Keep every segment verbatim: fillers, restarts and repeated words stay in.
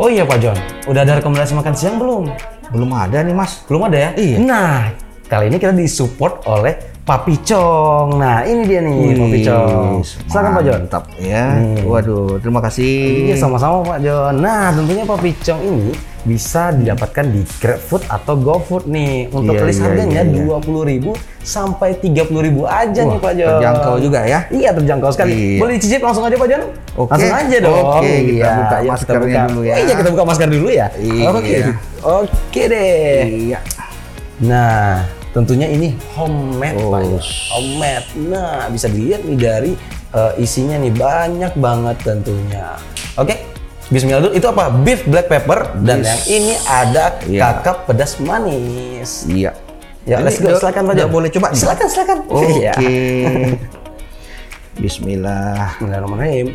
Oh iya Pak John, udah ada rekomendasi makan siang belum? Belum ada nih Mas. Belum ada ya? Iya. Nah, kali ini kita disupport oleh Papi Chong. Nah, ini dia nih Wih, Papi Chong. Silakan Pak John. Mantap ya. Nih. Waduh, terima kasih. Iya, sama-sama Pak John. Nah, tentunya Papi Chong ini bisa didapatkan di GrabFood atau GoFood nih. Untuk Iya, list iya, harganya iya, iya. dua puluh ribu sampai tiga puluh ribu aja Wah, nih Pak John. terjangkau juga ya. Iya, terjangkau sekali. Iya. Boleh dicicip langsung aja Pak John? Oke. Langsung aja dong. Oke, kita Iya, buka yuk maskernya buka. dulu ya. Oh, iya, kita buka masker dulu ya. Iya. Oke. Oke deh. Iya. Nah, tentunya ini homemade Oh. Pak ya. Homemade. Nah, bisa dilihat nih dari uh, isinya nih banyak banget tentunya. Oke. Bismillah dulu. Itu apa? Beef black pepper dan Yes. yang ini ada Iya. kakap pedas manis. Iya. Ya, let's go. Ini Silakan Pak udah John. boleh coba nih? Silakan, silakan. Oke. Iya. Bismillah. Bismillahirrahmanirrahim.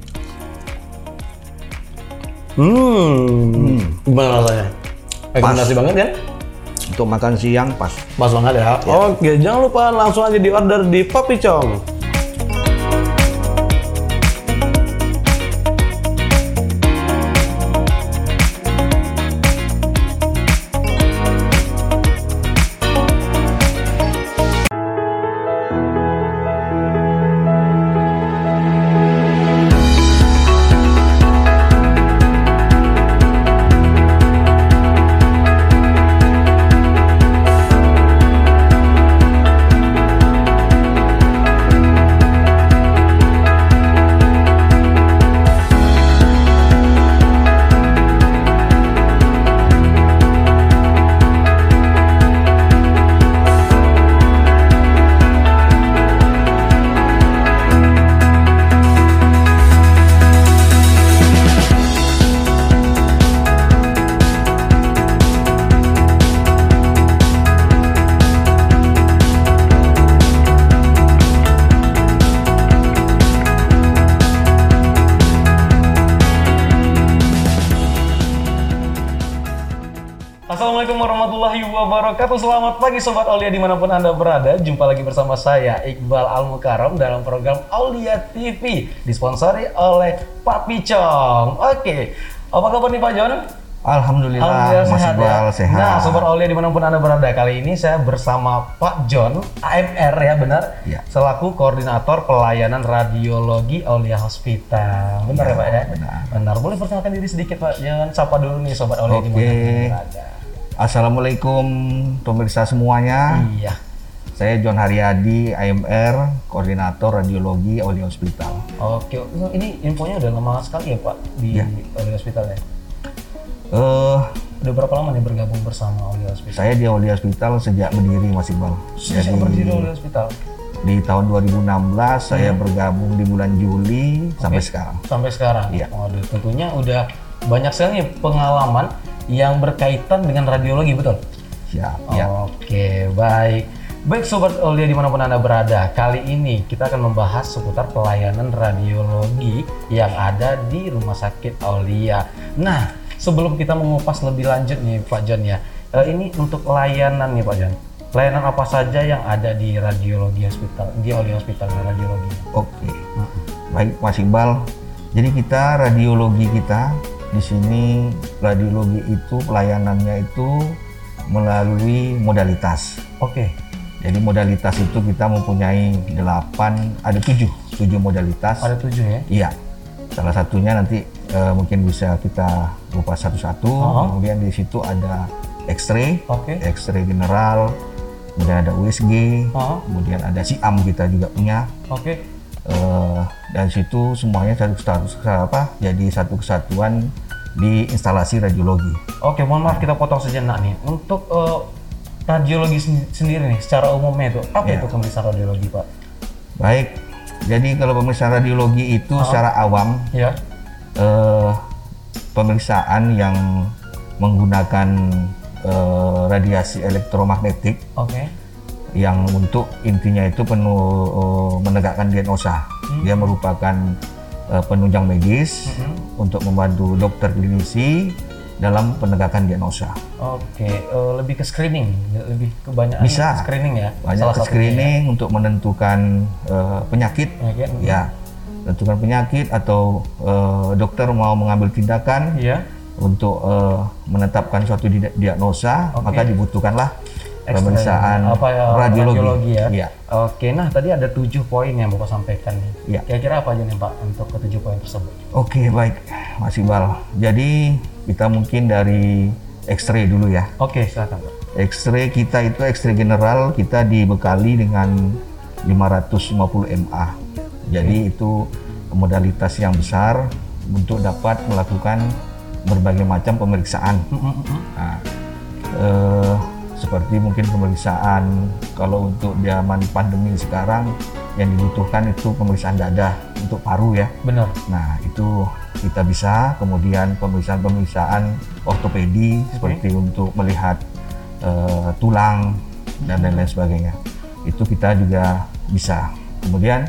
Hmm. Gimana rasanya? Rekomendasi banget kan? Untuk makan siang pas. Pas banget ya. Oke, jangan lupa langsung aja di order di Papi Chong. Assalamualaikum warahmatullahi wabarakatuh. Selamat pagi Sobat Aulia dimanapun Anda berada. Jumpa lagi bersama saya Iqbal Al-Mukarram dalam program Aulia T V disponsori oleh Papi Chong. Oke, apa kabar nih Pak John? Alhamdulillah, Mas sehat Iqbal ya. sehat. Nah, Sobat Aulia dimanapun Anda berada, kali ini saya bersama Pak John, A M R ya benar, Ya. selaku koordinator pelayanan radiologi Aulia Hospital. Benar ya, Ya, Pak ya? benar. Benar. Boleh perkenalkan diri sedikit Pak John, sapa dulu nih Sobat Aulia Oke. dimanapun Anda berada. Assalamualaikum pemirsa semuanya. Iya. Saya John Haryadi, A M R, Koordinator Radiologi Aulia Hospital. Oke, ini infonya udah lama sekali ya Pak di Ya. Aulia Hospital ya? Eh, Udah berapa lama nih bergabung bersama Aulia Hospital? saya di Aulia Hospital sejak berdiri Mas Iqbal. Sejak berdiri Aulia Hospital? Di tahun dua ribu enam belas saya bergabung di bulan Juli sampai sekarang. Sampai sekarang? Iya. Waduh, tentunya udah banyak sekali nih pengalaman yang berkaitan dengan radiologi, betul? Siap, ya. Oke, baik. Baik Sobat Aulia dimanapun Anda berada, kali ini kita akan membahas seputar pelayanan radiologi yang ada di Rumah Sakit Aulia. Nah, sebelum kita mengupas lebih lanjut nih Pak John ya, eh, ini untuk layanan nih Pak John. Layanan apa saja yang ada di radiologi hospital, di Aulia Hospital radiologi? Oke. Baik Mas Iqbal. Jadi kita radiologi kita di sini radiologi itu pelayanannya itu melalui modalitas. Oke. Jadi modalitas itu kita mempunyai delapan, ada tujuh, tujuh modalitas. Ada tujuh ya? Iya. Salah satunya nanti eh, mungkin bisa kita kupas satu-satu. Oh. Kemudian di situ ada X-ray, Oke. X-ray general, kemudian ada U S G, Oh. kemudian ada SIAM kita juga punya. Oke. Eh, dan situ semuanya satu status apa? Jadi satu kesatuan di instalasi radiologi. Oke, mohon maaf kita potong sejenak nih. Untuk eh, radiologi sen- sendiri nih, secara umumnya itu apa Ya. itu pemeriksaan radiologi Pak? Baik. Jadi kalau pemeriksaan radiologi itu secara awam Ya. eh, pemeriksaan yang menggunakan eh, radiasi elektromagnetik Oke. yang untuk intinya itu penuh eh, menegakkan diagnosa. Hmm. Dia merupakan eh, penunjang medis Mhm. untuk membantu dokter klinisi dalam penegakan diagnosa. Oke, eh, lebih ke screening, lebih kebanyakan Bisa. screening ya. Banyak salah ke satunya screening untuk menentukan eh, penyakit, ya. Ya, kan? ya, menentukan penyakit atau eh, dokter mau mengambil tindakan Iya. untuk uh, menetapkan suatu di- diagnosa, Oke. maka dibutuhkanlah Ekstra- pemeriksaan apa ya, radiologi. radiologi ya. Iya. Oke, nah tadi ada tujuh poin yang Bapak sampaikan nih. Iya. Kira-kira apa aja nih Pak untuk ketujuh poin tersebut? Oke, baik, Mas Iqbal. Jadi kita mungkin dari X-ray dulu ya. Oke, silakan Pak. X-ray kita itu X-ray general kita dibekali dengan lima ratus lima puluh M A. Jadi itu modalitas yang besar untuk dapat melakukan berbagai macam pemeriksaan. Nah, eh, seperti mungkin pemeriksaan kalau untuk zaman pandemi sekarang yang dibutuhkan itu pemeriksaan dada untuk paru ya. Benar. Nah itu kita bisa, kemudian pemeriksaan-pemeriksaan ortopedi seperti untuk melihat uh, tulang dan lain-lain sebagainya. Itu kita juga bisa. Kemudian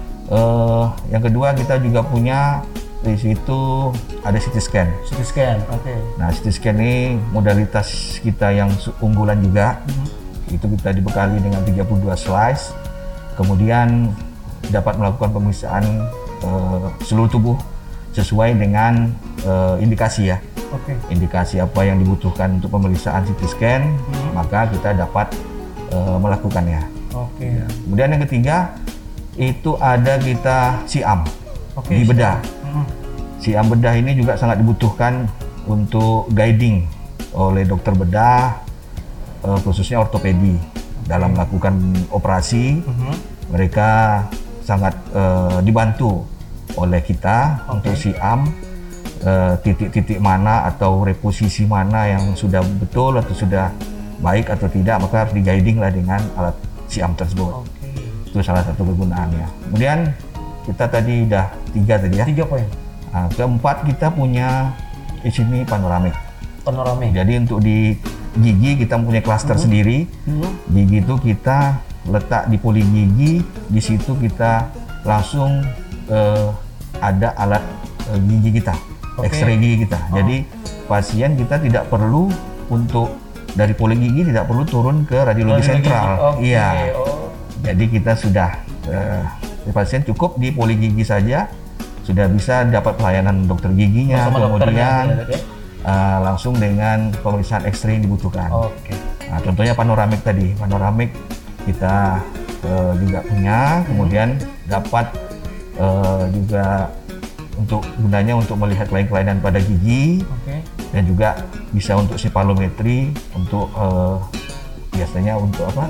uh, yang kedua kita juga punya di situ ada C T scan. C T scan, oke. Nah C T scan ini modalitas kita yang unggulan juga. Mm-hmm. Itu kita dibekali dengan tiga puluh dua slice. Kemudian dapat melakukan pemeriksaan uh, seluruh tubuh sesuai dengan uh, indikasi ya. Oke. Indikasi apa yang dibutuhkan untuk pemeriksaan C T scan, Hmm. maka kita dapat uh, melakukannya. Oke. Kemudian yang ketiga itu ada kita siam Oke. di bedah. Hmm. Siam bedah ini juga sangat dibutuhkan untuk guiding oleh dokter bedah, uh, khususnya ortopedi dalam melakukan operasi. Mhm. Mereka sangat uh, dibantu oleh kita Oke. untuk siam uh, titik-titik mana atau reposisi mana yang sudah betul atau sudah baik atau tidak, maka harus di-guiding lah dengan alat siam tersebut. Oke. Itu salah satu kegunaannya. Kemudian kita tadi udah tiga tadi ya. Tiga poin. Nah, keempat kita punya di sini panoramik. Panoramik. Jadi untuk di gigi kita punya klaster Mhm. sendiri. Mhm. Gigi itu kita letak di poli gigi, di situ kita langsung eh, ada alat eh, gigi kita, Oke. X-ray gigi kita. Oh. Jadi pasien kita tidak perlu untuk dari poli gigi tidak perlu turun ke radiologi Radiologi. sentral. Oke. Iya. Oh. Jadi kita sudah eh, pasien cukup di poli gigi saja sudah bisa dapat pelayanan dokter giginya, Sama dokternya, kemudian ya, ya. eh, langsung dengan pemeriksaan X-ray yang dibutuhkan. Oke. Nah, contohnya panoramik tadi, panoramik kita eh, juga punya, kemudian dapat eh, juga untuk gunanya untuk melihat kelainan-kelainan pada gigi Oke. dan juga bisa untuk sipalometri untuk eh, biasanya untuk apa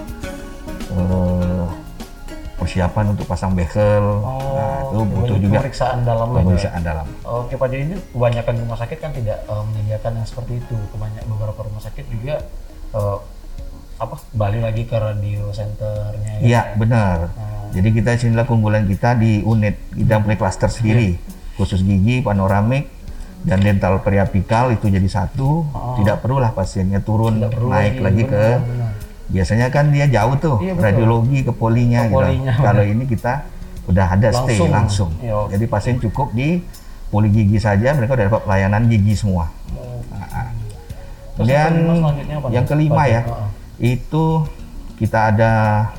eh, persiapan untuk pasang bekel. Nah, itu oke. butuh Banyak juga pemeriksaan dalam. ya, pemeriksaan dalam. Pak? Oke Pak, jadi ini kebanyakan rumah sakit kan tidak eh, menyediakan yang seperti itu. Kebanyakan beberapa rumah sakit juga eh, apa balik lagi ke radio centernya. ya. Iya, benar. Hmm. Jadi kita sinilah keunggulan kita di unit, kita punya klaster sendiri, khusus gigi, panoramik, dan dental periapikal itu jadi satu. Oh. Tidak perlulah pasiennya turun Tidak perlu naik lagi, ke, benar, benar. biasanya kan dia jauh tuh, Iya, betul. radiologi ke polinya, Ke gitu. polinya, Kalau benar. ini kita udah ada stay Langsung. langsung. Iya, oke. Jadi pasien cukup di poli gigi saja, mereka udah dapat pelayanan gigi semua. Oh. Nah, Terus kemudian yang kelima selanjutnya apa nih? yang kelima Pak? ya, Heeh. itu kita ada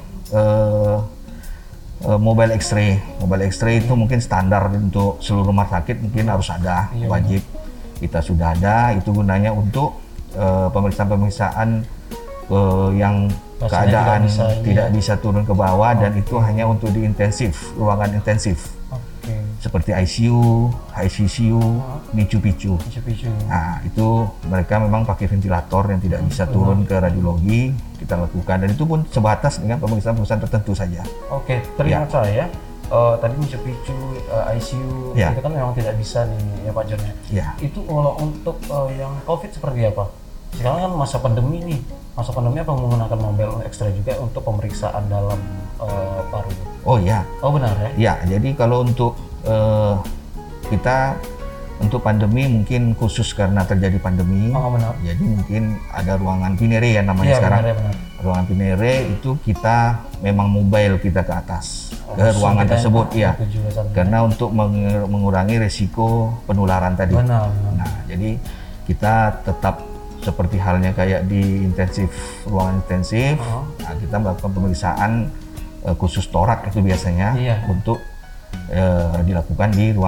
eh, eh, mobile X-ray. Mobile X-ray itu mungkin standar untuk seluruh rumah sakit, mungkin harus ada, Iya, wajib. Kita sudah ada, itu gunanya untuk eh, pemeriksaan-pemeriksaan eh, yang Pasiennya keadaan tidak bisa ini tidak ya. bisa turun ke bawah, dan itu hanya untuk di intensif, ruangan intensif Oke. seperti I C U, I C C U, picu-picu. Picu-picu. Nah, itu mereka memang pakai ventilator yang tidak bisa turun ke radiologi, kita lakukan, dan itu pun sebatas dengan pemeriksaan-pemeriksaan tertentu saja. Oke, teringat saya eh, tadi picu-picu eh, I C U Ya. itu kan memang tidak bisa nih ya Pak John ya. Ya, Itu kalau untuk eh, yang COVID seperti apa? Sekarang kan masa pandemi nih, masa pandemi apa menggunakan mobile X-ray juga untuk pemeriksaan dalam eh, paru? oh ya, Oh benar ya? ya. Jadi kalau untuk eh, kita untuk pandemi mungkin khusus karena terjadi pandemi, Oh benar. jadi mungkin ada ruangan pinere ya namanya Iya sekarang. benar ya benar. Ruangan pinere itu kita memang mobile kita ke atas ke Langsung ruangan kita tersebut ya, tuju ke sana. karena untuk meng- mengurangi resiko penularan tadi. Benar, benar. Nah, jadi kita tetap seperti halnya kayak di intensif, ruangan intensif. Oh. Nah, kita melakukan pemeriksaan eh, khusus torak itu biasanya Iya. untuk eh, dilakukan di ruang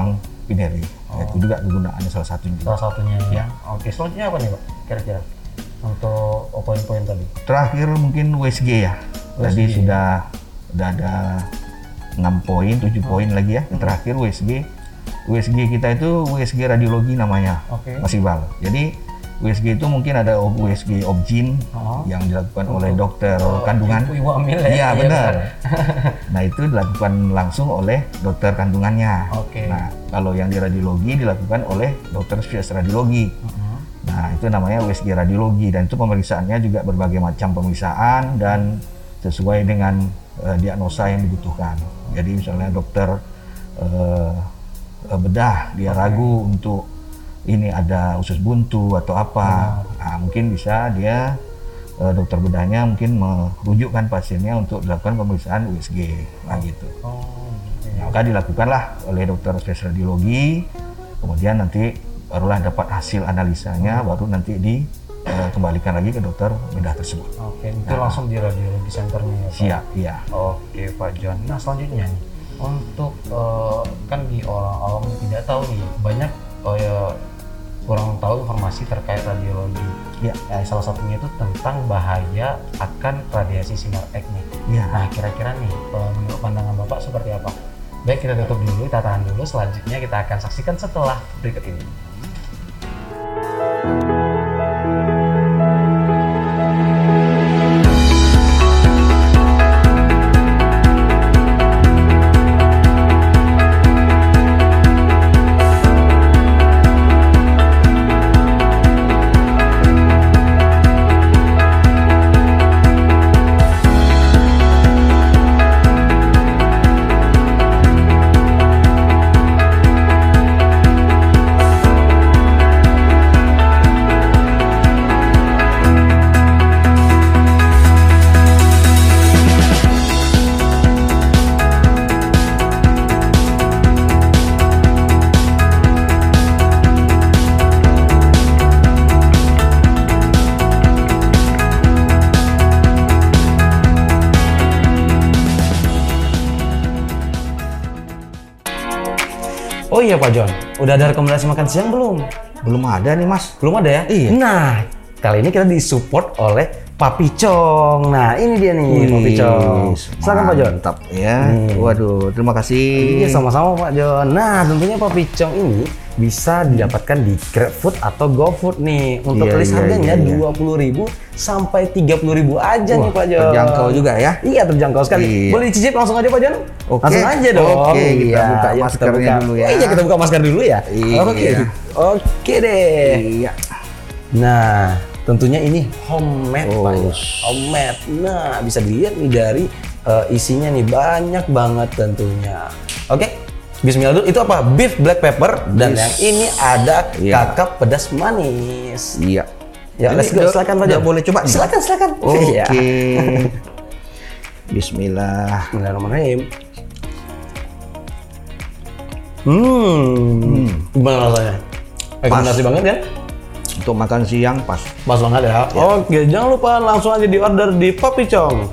binary. Oh. Itu juga kegunaannya salah satunya. Salah satunya ya. Ya. Oke, selanjutnya apa nih Pak? Kira-kira untuk poin-poin tadi. Terakhir mungkin U S G ya. U S G. Tadi sudah sudah ada enam poin, tujuh poin lagi ya. Yang terakhir U S G. U S G kita itu U S G radiologi namanya. Oke. Mas Iqbal. Jadi U S G itu mungkin ada U S G obgyn Oh. yang dilakukan oleh Untuk- dokter Oh, kandungan. ibu hamil ya? Iya, Iya, benar. Nah, itu dilakukan langsung oleh dokter kandungannya. Oke. Nah, kalau yang di radiologi dilakukan oleh dokter spesialis radiologi. Mhm. Nah, itu namanya U S G radiologi, dan itu pemeriksaannya juga berbagai macam pemeriksaan dan sesuai dengan eh, diagnosa yang dibutuhkan. Jadi misalnya dokter eh, eh, bedah dia ragu untuk ini ada usus buntu atau apa, nah, mungkin bisa dia eh, dokter bedahnya mungkin merujukkan pasiennya untuk dilakukan pemeriksaan U S G, nah gitu. Oh, gitu ya. Maka dilakukanlah oleh dokter spesialis radiologi, kemudian nanti barulah dapat hasil analisanya, baru nanti dikembalikan lagi ke dokter bedah tersebut. Oke, itu langsung di radiologi centernya ya Pak? Siap, iya. Oke Pak John. Nah selanjutnya nih, untuk eh, kan di orang awam tidak tahu nih, banyak oh ya, kurang tahu informasi terkait radiologi. Ya. Ya, salah satunya itu tentang bahaya akan radiasi sinar X nih. Ya. Nah kira-kira nih eh, menurut pandangan Bapak seperti apa? Baik, kita tutup dulu, kita tahan dulu. Selanjutnya kita akan saksikan setelah berikut ini. Oh iya Pak John, udah ada rekomendasi makan siang belum? Belum ada nih, Mas. Belum ada ya? Iya. Nah, kali ini kita disupport oleh Papi Chong. Nah, ini dia nih Papi Chong. Silakan Pak John. Mantap ya. Hmm. Waduh, terima kasih. Iya, sama-sama Pak John. Nah, tentunya Papi Chong ini bisa didapatkan di GrabFood atau GoFood nih. Untuk Iya, list iya, harganya iya, iya. dua puluh ribu sampai tiga puluh ribu aja Wah, nih Pak John. terjangkau juga ya. Iya, terjangkau sekali. Iya. Boleh dicicip langsung aja Pak John? Oke. Langsung aja dong. Oke, kita Iya, buka yuk maskernya buka. dulu ya. Oh, iya, kita buka masker dulu ya. Iya. Oke. Oke deh. Iya. Nah, tentunya ini homemade Oh. Pak ya. Homemade. Nah, bisa dilihat nih dari eh, isinya nih banyak banget tentunya. Oke. Bismillah dulu. Itu apa? Beef black pepper dan Yes. yang ini ada Iya. kakap pedas manis. Iya. Ya, Ini let's go. udah- Silakan Pak udah John. boleh coba nih? Silakan, silakan. Oke. Iya. Bismillah. Bismillahirrahmanirrahim. Hmm. Gimana rasanya? Rekomendasi banget kan? Untuk makan siang pas. Pas banget ya. Oke, jangan lupa langsung aja di order di Papi Chong.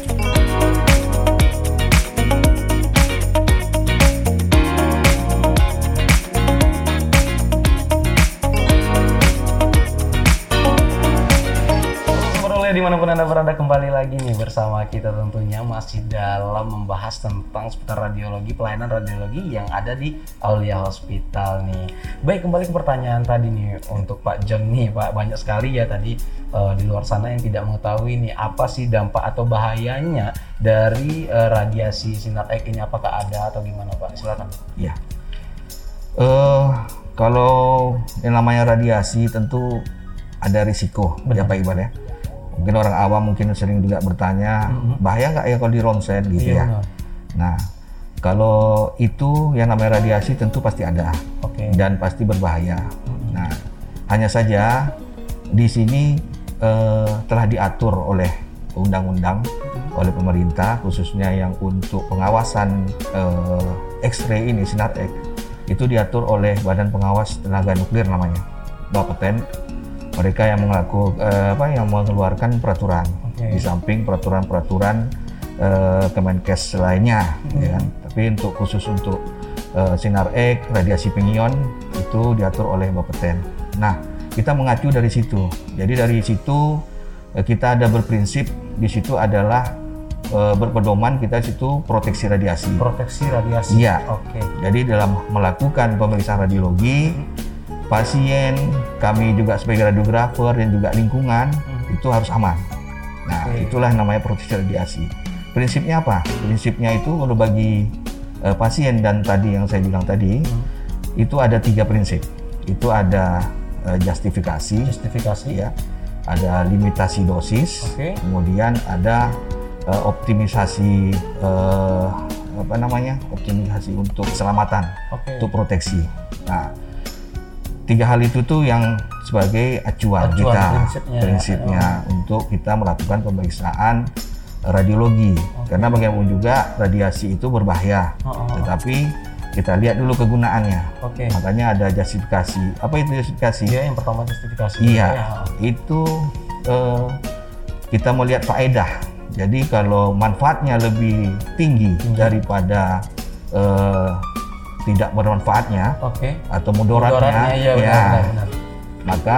Dimanapun Anda berada, kembali lagi nih bersama kita, tentunya masih dalam membahas tentang seputar radiologi, pelayanan radiologi yang ada di Aulia Hospital nih. Baik, kembali ke pertanyaan tadi nih untuk Pak John nih Pak, banyak sekali ya tadi uh, di luar sana yang tidak mengetahui nih apa sih dampak atau bahayanya dari uh, radiasi sinar X ini, apakah ada atau gimana Pak? Silakan. Ya. Eh kalau yang namanya radiasi tentu ada risiko, ya Pak Iqbal ya. Mungkin orang awam mungkin sering juga bertanya, mm-hmm. bahaya nggak ya kalau di ronsen gitu Iya, ya. benar. Nah, kalau itu yang namanya radiasi tentu pasti ada. Oke. Dan pasti berbahaya. Mm-hmm. Nah, hanya saja di sini eh, telah diatur oleh undang-undang, mm-hmm. oleh pemerintah, khususnya yang untuk pengawasan eh, X-ray ini, sinar X, itu diatur oleh Badan Pengawas Tenaga Nuklir namanya, Bapeten. Mereka yang melakukan eh, apa yang mengeluarkan peraturan, okay. di samping peraturan-peraturan eh, Kemenkes lainnya, mm-hmm. ya kan? Tapi untuk khusus untuk uh, sinar X, radiasi pengion itu diatur oleh Bapeten. Nah, kita mengacu dari situ. Jadi dari situ uh, kita ada berprinsip di situ adalah uh, berpedoman kita situ proteksi radiasi. Proteksi radiasi. Iya. Oke. Jadi dalam melakukan pemeriksaan radiologi, pasien, kami juga sebagai radiografer dan juga lingkungan hmm. itu harus aman. Nah, okay. itulah namanya proteksi radiasi. Prinsipnya apa? Prinsipnya itu kalau bagi uh, pasien dan tadi yang saya bilang tadi, hmm. itu ada tiga prinsip. Itu ada uh, justifikasi, justifikasi, ya, ada limitasi dosis, okay. kemudian ada uh, optimisasi, uh, apa namanya, optimisasi untuk keselamatan, okay. untuk proteksi. Nah, tiga hal itu tuh yang sebagai acuan, acuan kita, prinsipnya, prinsipnya ya. Untuk kita melakukan pemeriksaan radiologi, okay. karena bagaimanapun juga radiasi itu berbahaya, oh, oh. tetapi kita lihat dulu kegunaannya, okay. makanya ada justifikasi. Apa itu justifikasi? Ya, yang pertama justifikasi. Iya, ya. itu eh, kita melihat faedah. Jadi kalau manfaatnya lebih tinggi hmm. daripada eh, tidak bermanfaatnya, okay. atau mudaratnya, mudaratnya ya, ya benar, benar. maka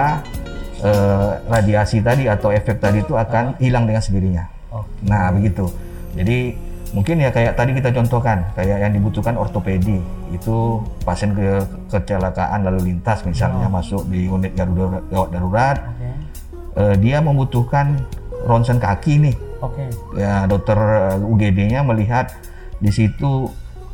eh, radiasi tadi atau efek tadi itu akan uh. hilang dengan sendirinya. Okay. Nah, begitu. Jadi mungkin ya kayak tadi kita contohkan, kayak yang dibutuhkan ortopedi, itu pasien ke kecelakaan lalu lintas misalnya, oh. masuk di unit gawat darurat, okay. eh, dia membutuhkan ronsen kaki nih. Okay. Ya, dokter U G D-nya melihat di situ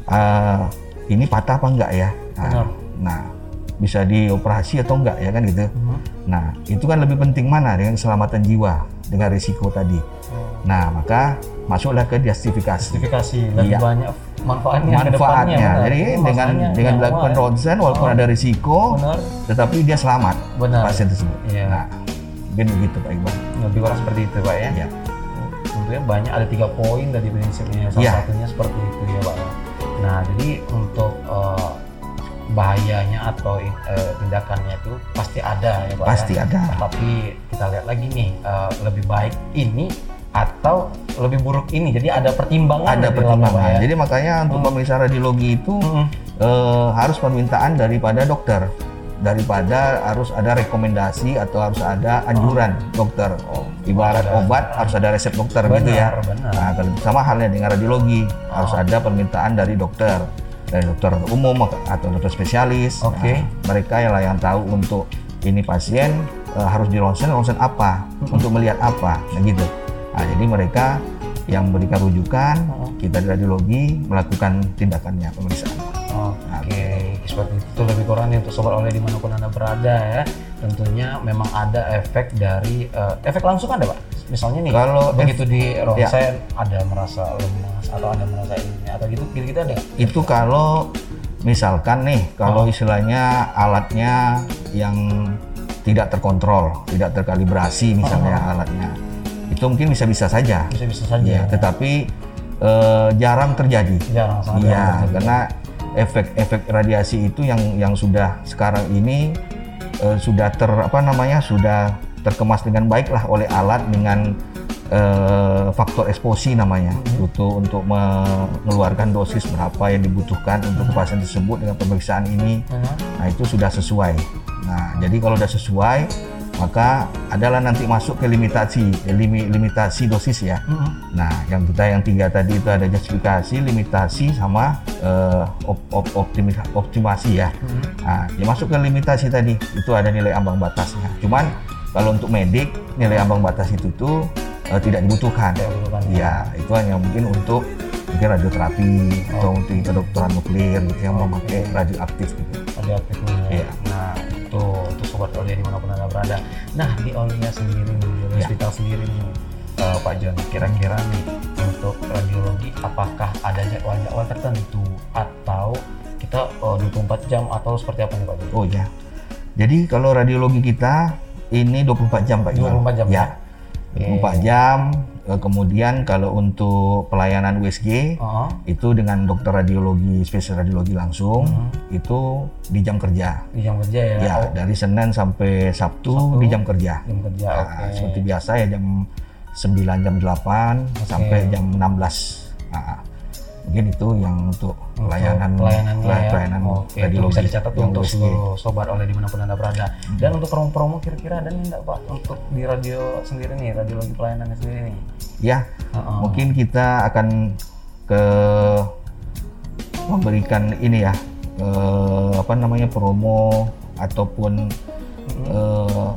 uh, ini patah apa enggak ya? Nah, nah, bisa dioperasi atau enggak ya kan gitu. Uh-huh. Nah, itu kan lebih penting mana dengan keselamatan jiwa dengan risiko tadi. Uh. Nah, maka masuklah ke justifikasi. Justifikasi lebih ya. banyak manfaatnya. Manfaatnya. Kedepannya, Jadi dengan dengan dilakukan ronsen walaupun oh. ada risiko, benar. tetapi dia selamat, benar. pasien tersebut. Ya. Nah, mungkin begitu Pak Iqbal. Lebih kurang seperti itu Pak ya. ya. Tentunya banyak, ada tiga poin dari prinsipnya. Salah ya. satunya seperti itu ya Pak. Nah, jadi untuk uh, bahayanya atau uh, tindakannya itu pasti ada ya Pak. Pasti ya? ada. Tapi kita lihat lagi nih, uh, lebih baik ini atau lebih buruk ini. Jadi ada pertimbangan. Ada pertimbangan. Ya? Jadi makanya untuk hmm. pemeriksaan radiologi itu hmm. uh, harus permintaan daripada dokter, daripada harus ada rekomendasi atau harus ada anjuran oh. dokter. Oh. Ibarat benar. obat harus ada resep dokter, benar, gitu ya. Benar. Nah, kalau sama halnya dengan radiologi, oh. harus ada permintaan dari dokter, dari dokter umum atau dokter spesialis. Oke. Okay. Nah, mereka yang yang tahu untuk ini pasien uh, harus di ronsen, ronsen apa, hmm. untuk melihat apa, nah gitu. Nah, jadi mereka yang memberikan rujukan, hmm. kita di radiologi melakukan tindakannya, pemeriksaan. Oke, okay. nah, seperti itu lebih kurang untuk sobat oleh dimanapun Anda berada ya. Tentunya memang ada efek dari uh, efek langsung ada Pak. Misalnya nih, kalau begitu di ronsen ya. ada merasa lemas atau ada merasa ini atau gitu, gitu-gitu ada. Itu kalau misalkan nih, kalau oh. istilahnya alatnya yang tidak terkontrol, tidak terkalibrasi misalnya oh. alatnya, itu mungkin bisa-bisa saja. Bisa-bisa saja. Ya, ya. Tetapi uh, jarang terjadi. Jarang sangat. Iya, karena efek-efek radiasi itu yang yang sudah sekarang ini uh, sudah ter apa namanya sudah terkemas dengan baik lah oleh alat dengan uh, faktor eksposi namanya, hmm. untuk untuk mengeluarkan dosis berapa yang dibutuhkan untuk hmm. pasien tersebut dengan pemeriksaan ini. Hmm. Nah, itu sudah sesuai. Nah, jadi kalau sudah sesuai, maka adalah nanti masuk ke limitasi, lim, limitasi dosis ya. Mm-hmm. Nah, yang kita yang tiga tadi itu ada justifikasi, limitasi, sama uh, op, op, optimis, optimasi ya. Mm-hmm. Nah, yang masuk ke limitasi tadi itu ada nilai ambang batasnya. Cuman kalau untuk medik nilai ambang batas itu tuh uh, tidak dibutuhkan. Ya, itu hanya mungkin untuk mungkin radioterapi oh. atau untuk kedokteran nuklir gitu yang oh, memakai okay. radioaktif gitu. Radioaktifnya. Ya. Nah, tuh untuk sobat Aulia dimanapun Anda berada. Nah, di Aulia sendiri nih, di ya. hospital sendiri nih, uh, Pak John, kira-kira nih untuk radiologi apakah ada jadwal-jadwal tertentu atau kita uh, dua puluh empat jam atau seperti apa nih Pak John? Oh ya. Jadi kalau radiologi kita ini dua puluh empat jam Pak John. dua puluh empat jam ya. dua puluh empat jam. Kemudian kalau untuk pelayanan U S G uh-huh. itu dengan dokter radiologi, spesialis radiologi langsung, uh-huh. itu di jam kerja. Di jam kerja ya? Ya, oh. dari Senin sampai Sabtu, Sabtu di jam kerja. Jam kerja, nah, okay. Seperti biasa ya jam sembilan, jam delapan, okay. sampai jam enam belas. Nah, Mungkin itu yang untuk pelayanan pelayanannya ya. pelayanan Oke, itu radiologi bisa dicatat yang untuk U S G. seluruh sobat oleh dimanapun anda berada. Dan untuk promo-promo kira-kira ada nih enggak Pak untuk di radio sendiri nih, radiologi pelayanannya sendiri nih? Ya, Uh-uh. mungkin kita akan ke memberikan ini ya, eh, apa namanya promo ataupun eh,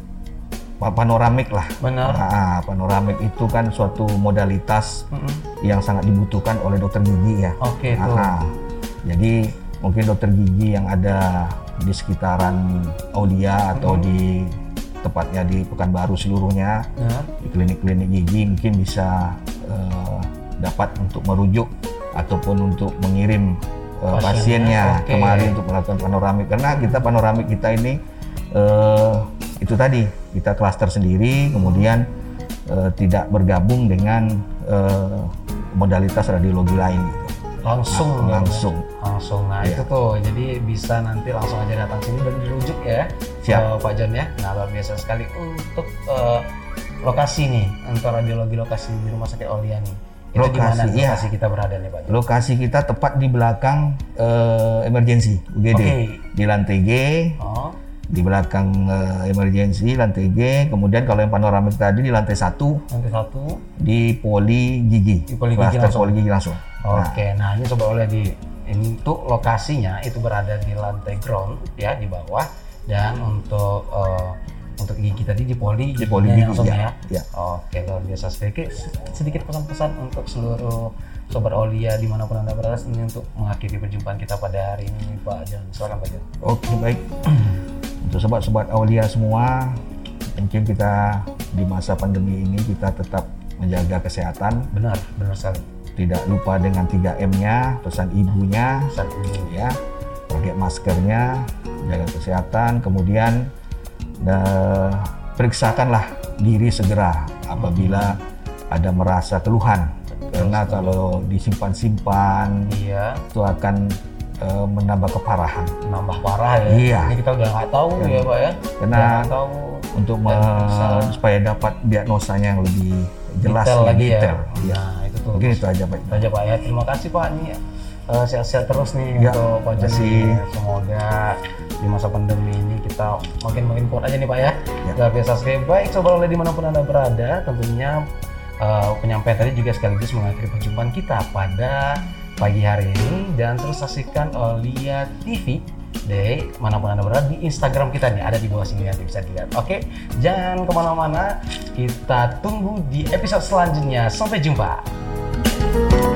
panoramik lah. Benar. Nah, panoramik itu kan suatu modalitas Mm-mm. yang sangat dibutuhkan oleh dokter gigi ya. Oke itu. Nah, jadi mungkin dokter gigi yang ada di sekitaran Aulia atau Mm-hmm. di tepatnya di Pekanbaru seluruhnya, Benar. di klinik-klinik gigi mungkin bisa eh, dapat untuk merujuk ataupun untuk mengirim eh, Pasiennya, pasiennya oke. kemari untuk melakukan panoramik, karena kita panoramik kita ini eh, itu tadi kita klaster sendiri, kemudian eh, tidak bergabung dengan eh, modalitas radiologi lain gitu. Langsung Nah, ya, langsung. langsung. Nah Iya. itu tuh, jadi bisa nanti langsung aja datang sini dan dirujuk ya. Siap. eh, Pak John ya. Nah luar biasa sekali untuk eh, lokasi nih, untuk radiologi lokasi di Rumah Sakit Aulia nih. Itu di mana Lokasi, iya. lokasi kita berada nih Pak John? Lokasi kita tepat di belakang eh, emergency U G D, Oke. di lantai G. Oh, Di belakang eh, emergency lantai G, kemudian kalau yang panoramik tadi di lantai satu nanti satu. di poli gigi, Di poli gigi Klaster langsung. poli gigi langsung. Oke, nah ini coba oleh di untuk lokasinya itu berada di lantai ground ya di bawah, dan untuk eh, untuk gigi tadi di poli Di poli giginya gigi, langsung ya. ya. Ya. Oke, luar biasa sedikit sedikit pesan-pesan untuk seluruh sobat Aulia dimanapun anda berada ini untuk mengakhiri perjumpaan kita pada hari ini Pak John. Silakan Pak John. Oke, baik. Untuk sobat-sobat Aulia semua, mungkin kita di masa pandemi ini kita tetap menjaga kesehatan, Benar, benar sekali. tidak lupa dengan tiga M-nya, pesan ibunya, Saat ini ya, pakai maskernya, jaga kesehatan, kemudian eh, periksakanlah diri segera apabila ada merasa keluhan, karena kalau disimpan-simpan iya itu akan eh, menambah keparahan. nambah parah ya. Iya. Ini kita udah nggak tahu ya Pak ya. Karena Udah nggak tahu untuk Dan me- bisa- supaya dapat diagnosanya yang lebih jelas, detail lebih lagi detail. ya. Iya. Nah itu tuh. Mungkin itu aja Pak. Itu aja Pak ya. Terima kasih Pak nih. eh, sehat-sehat terus nih Ya, untuk Pak John makasih. nih. Semoga di masa pandemi ini kita makin makin kuat aja nih Pak ya. Ya. Luar biasa sekali. Baik sobat oleh dimanapun anda berada, tentunya eh, penyampaian tadi juga sekaligus mengakhiri perjumpaan kita pada pagi hari ini, dan terus saksikan Aulia T V Day manapun anda berada di Instagram kita nih, ada di bawah sini nanti bisa dilihat. Oke, jangan kemana-mana, kita tunggu di episode selanjutnya. Sampai jumpa.